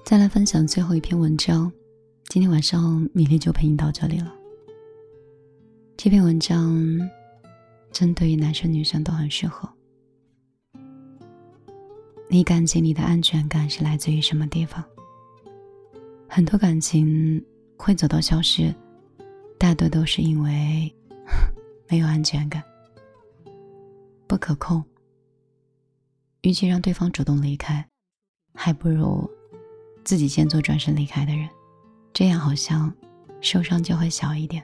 再来分享最后一篇文章，今天晚上米粒就陪你到这里了。这篇文章针对于男生女生都很适合。你感情里的安全感是来自于什么地方？很多感情会走到消失，大多都是因为没有安全感，不可控。与其让对方主动离开，还不如自己先做转身离开的人，这样好像受伤就会小一点。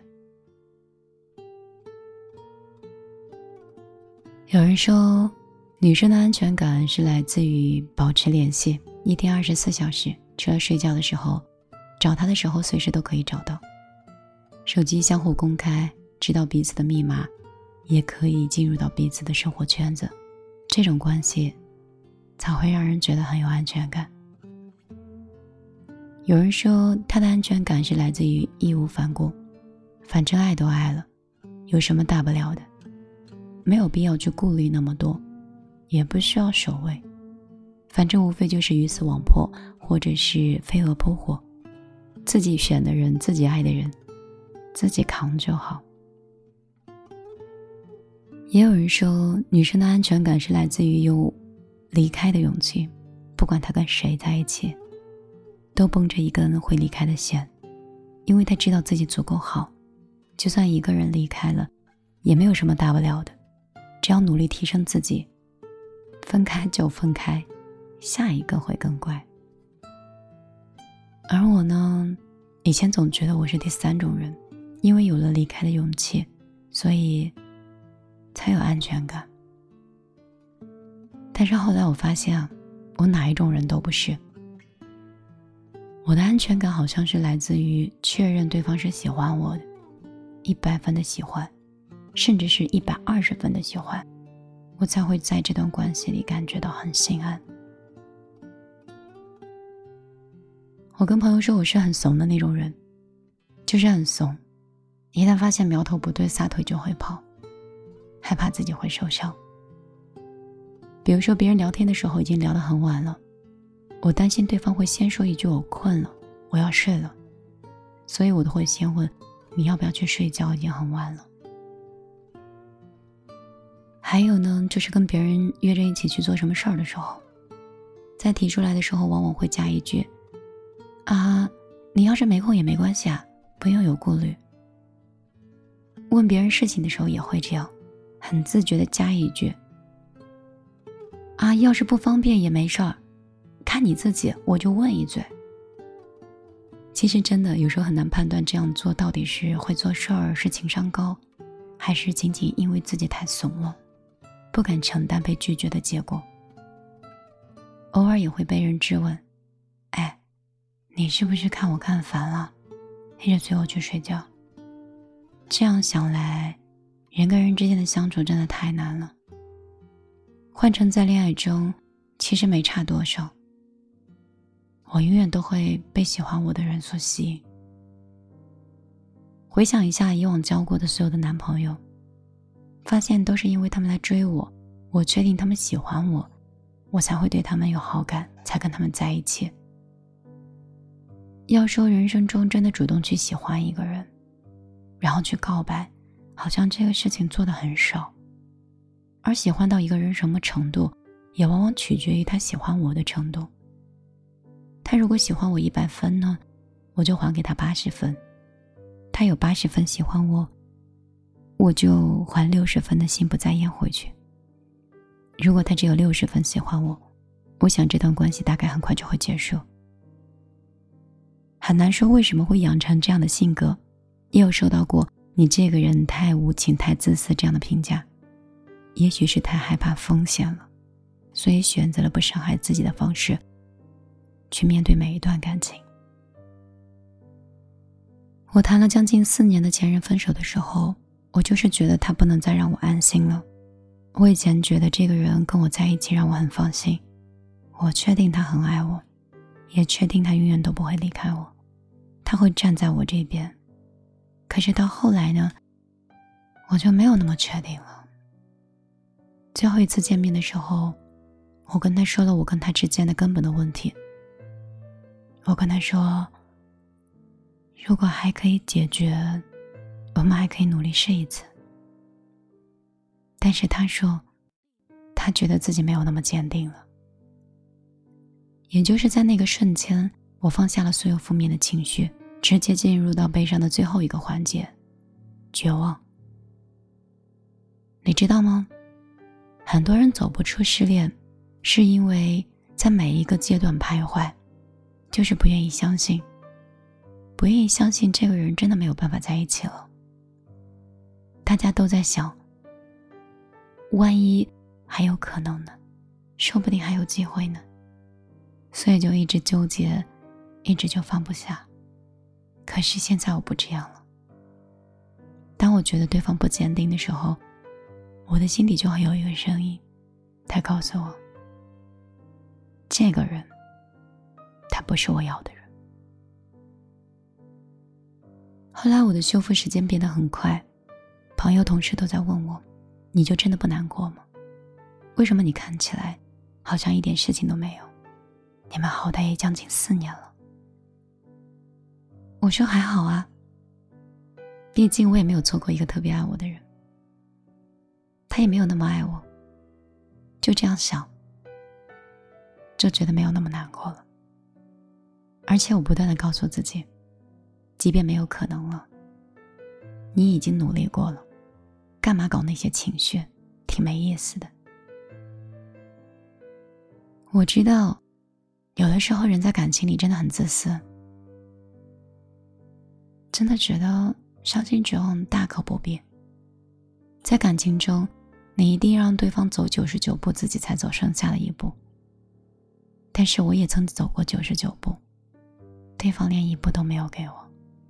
有人说，女生的安全感是来自于保持联系，一天24小时，除了睡觉的时候，找她的时候随时都可以找到。手机相互公开，知道彼此的密码，也可以进入到彼此的生活圈子，这种关系才会让人觉得很有安全感。有人说，他的安全感是来自于义无反顾，反正爱都爱了，有什么大不了的，没有必要去顾虑那么多，也不需要守卫，反正无非就是鱼死网破，或者是飞蛾扑火，自己选的人，自己爱的人，自己扛就好。也有人说，女生的安全感是来自于有离开的勇气，不管她跟谁在一起，都绷着一根会离开的线，因为她知道自己足够好，就算一个人离开了，也没有什么大不了的，只要努力提升自己，分开就分开，下一个会更乖。而我呢，以前总觉得我是第三种人，因为有了离开的勇气，所以才有安全感。但是后来我发现啊，我哪一种人都不是。我的安全感好像是来自于确认对方是喜欢我的，100分的喜欢，甚至是120分的喜欢，我才会在这段关系里感觉到很心安。我跟朋友说我是很怂的那种人，就是很怂，一旦发现苗头不对，撒腿就会跑，害怕自己会受伤。比如说别人聊天的时候已经聊得很晚了，我担心对方会先说一句我困了，我要睡了，所以我都会先问你要不要去睡觉，已经很晚了。还有呢，就是跟别人约着一起去做什么事儿的时候，在提出来的时候往往会加一句啊，你要是没空也没关系啊，不用有顾虑。问别人事情的时候也会这样，很自觉地加一句啊，要是不方便也没事儿，看你自己，我就问一嘴。其实真的有时候很难判断这样做到底是会做事儿，是情商高，还是仅仅因为自己太怂了，不敢承担被拒绝的结果。偶尔也会被人质问，哎，你是不是看我看烦了，一直催我去睡觉？这样想来，人跟人之间的相处真的太难了。换成在恋爱中，其实没差多少。我永远都会被喜欢我的人所吸引。回想一下以往交过的所有的男朋友，发现都是因为他们来追我，我确定他们喜欢我，我才会对他们有好感，才跟他们在一起。要说人生中真的主动去喜欢一个人，然后去告白，好像这个事情做得很少。而喜欢到一个人什么程度，也往往取决于他喜欢我的程度。他如果喜欢我100分呢，我就还给他80分。他有80分喜欢我，我就还60分的心不在焉回去。如果他只有60分喜欢我，我想这段关系大概很快就会结束。很难说为什么会养成这样的性格，也有受到过你这个人太无情太自私这样的评价。也许是太害怕风险了，所以选择了不伤害自己的方式去面对每一段感情。我谈了将近4年的前任分手的时候，我就是觉得他不能再让我安心了。我以前觉得这个人跟我在一起让我很放心，我确定他很爱我，也确定他永远都不会离开我，他会站在我这边。可是到后来呢，我就没有那么确定了。最后一次见面的时候，我跟他说了我跟他之间的根本的问题。 我跟他说，如果还可以解决，我们还可以努力试一次。但是他说，他觉得自己没有那么坚定了。也就是在那个瞬间，我放下了所有负面的情绪，直接进入到悲伤的最后一个环节，绝望。你知道吗？很多人走不出失恋，是因为在每一个阶段徘徊，就是不愿意相信，不愿意相信这个人真的没有办法在一起了。大家都在想，万一还有可能呢，说不定还有机会呢，所以就一直纠结，一直就放不下。可是现在我不这样了，当我觉得对方不坚定的时候，我的心底就会有一个声音，他告诉我，这个人他不是我要的人。后来我的修复时间变得很快，朋友同事都在问我，你就真的不难过吗？为什么你看起来好像一点事情都没有？你们好歹也将近4年了。我说还好啊，毕竟我也没有错过一个特别爱我的人，他也没有那么爱我，就这样想，就觉得没有那么难过了。而且我不断地告诉自己，即便没有可能了，你已经努力过了，干嘛搞那些情绪，挺没意思的。我知道有的时候人在感情里真的很自私，真的觉得伤心绝望大可不必。在感情中，你一定让对方走99步，自己才走剩下的一步。但是我也曾走过99步，对方连1步都没有给我。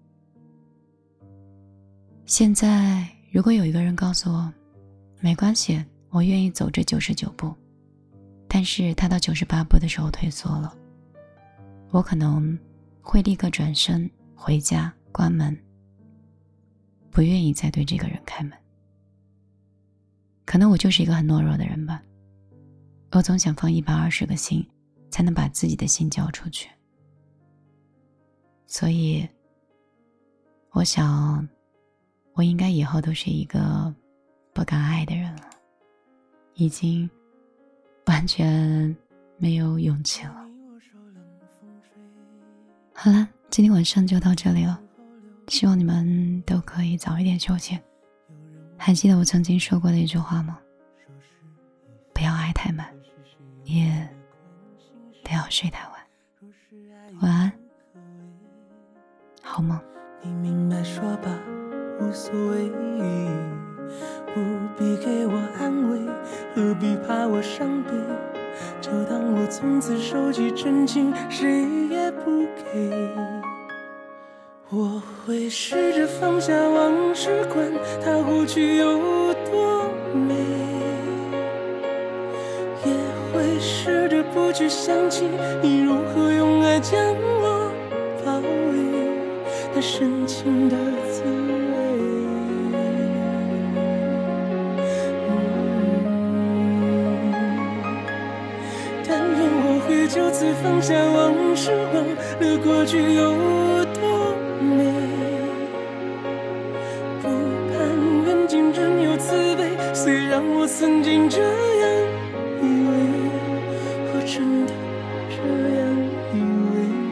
现在如果有一个人告诉我，没关系，我愿意走这99步，但是他到98步的时候退缩了，我可能会立刻转身回家关门，不愿意再对这个人开门。可能我就是一个很懦弱的人吧，我总想放120个心，才能把自己的心交出去。所以我想我应该以后都是一个不敢爱的人了，已经完全没有勇气了。好了，今天晚上就到这里了，希望你们都可以早一点休息。还记得我曾经说过的一句话吗？不要爱太满，也不要睡太晚。晚安，好梦。 你明白说吧，无所谓，不必给我安慰，何必怕我伤悲，就当我从此收集真情，谁也不给。我会试着放下往事，管它过去有多美，也会试着不去想起你如何用爱将我包围，那深情的滋味。但愿我会就此放下往事，忘了过去有多美，不盼缘尽真有慈悲，虽然我曾经这样以为，我真的这样以为。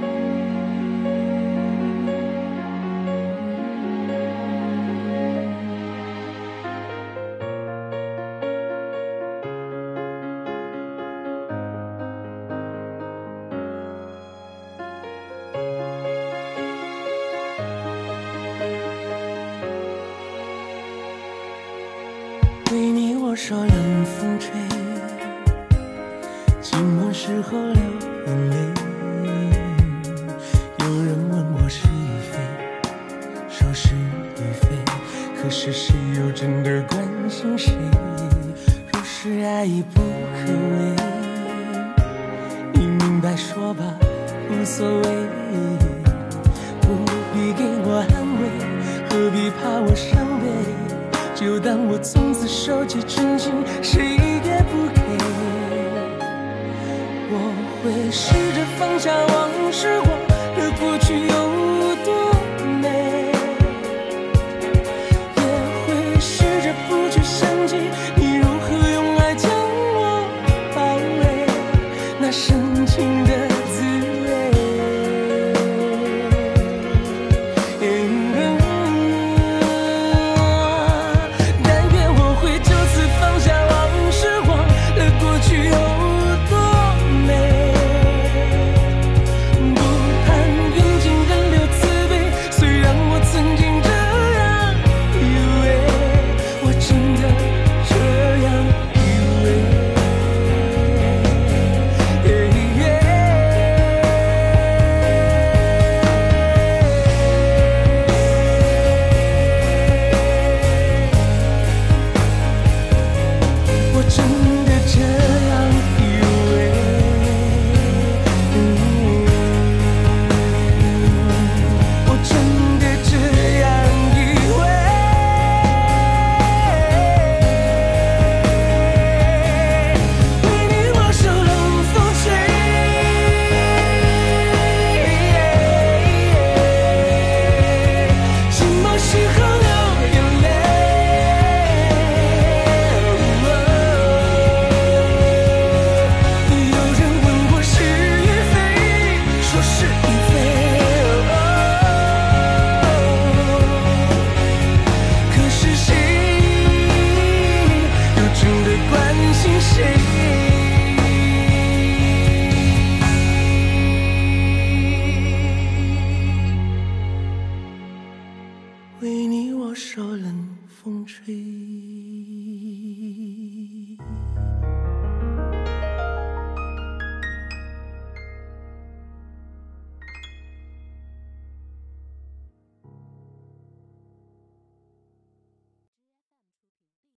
为你我受冷风吹，寂寞时候流眼泪。有人问我是与非，说是与非，可是谁又真的关心谁？若是爱已不可为，你明白说吧，无所谓，不必给我安慰，何必怕我伤悲，就当我从此收集真情，谁也不给。我会试着放下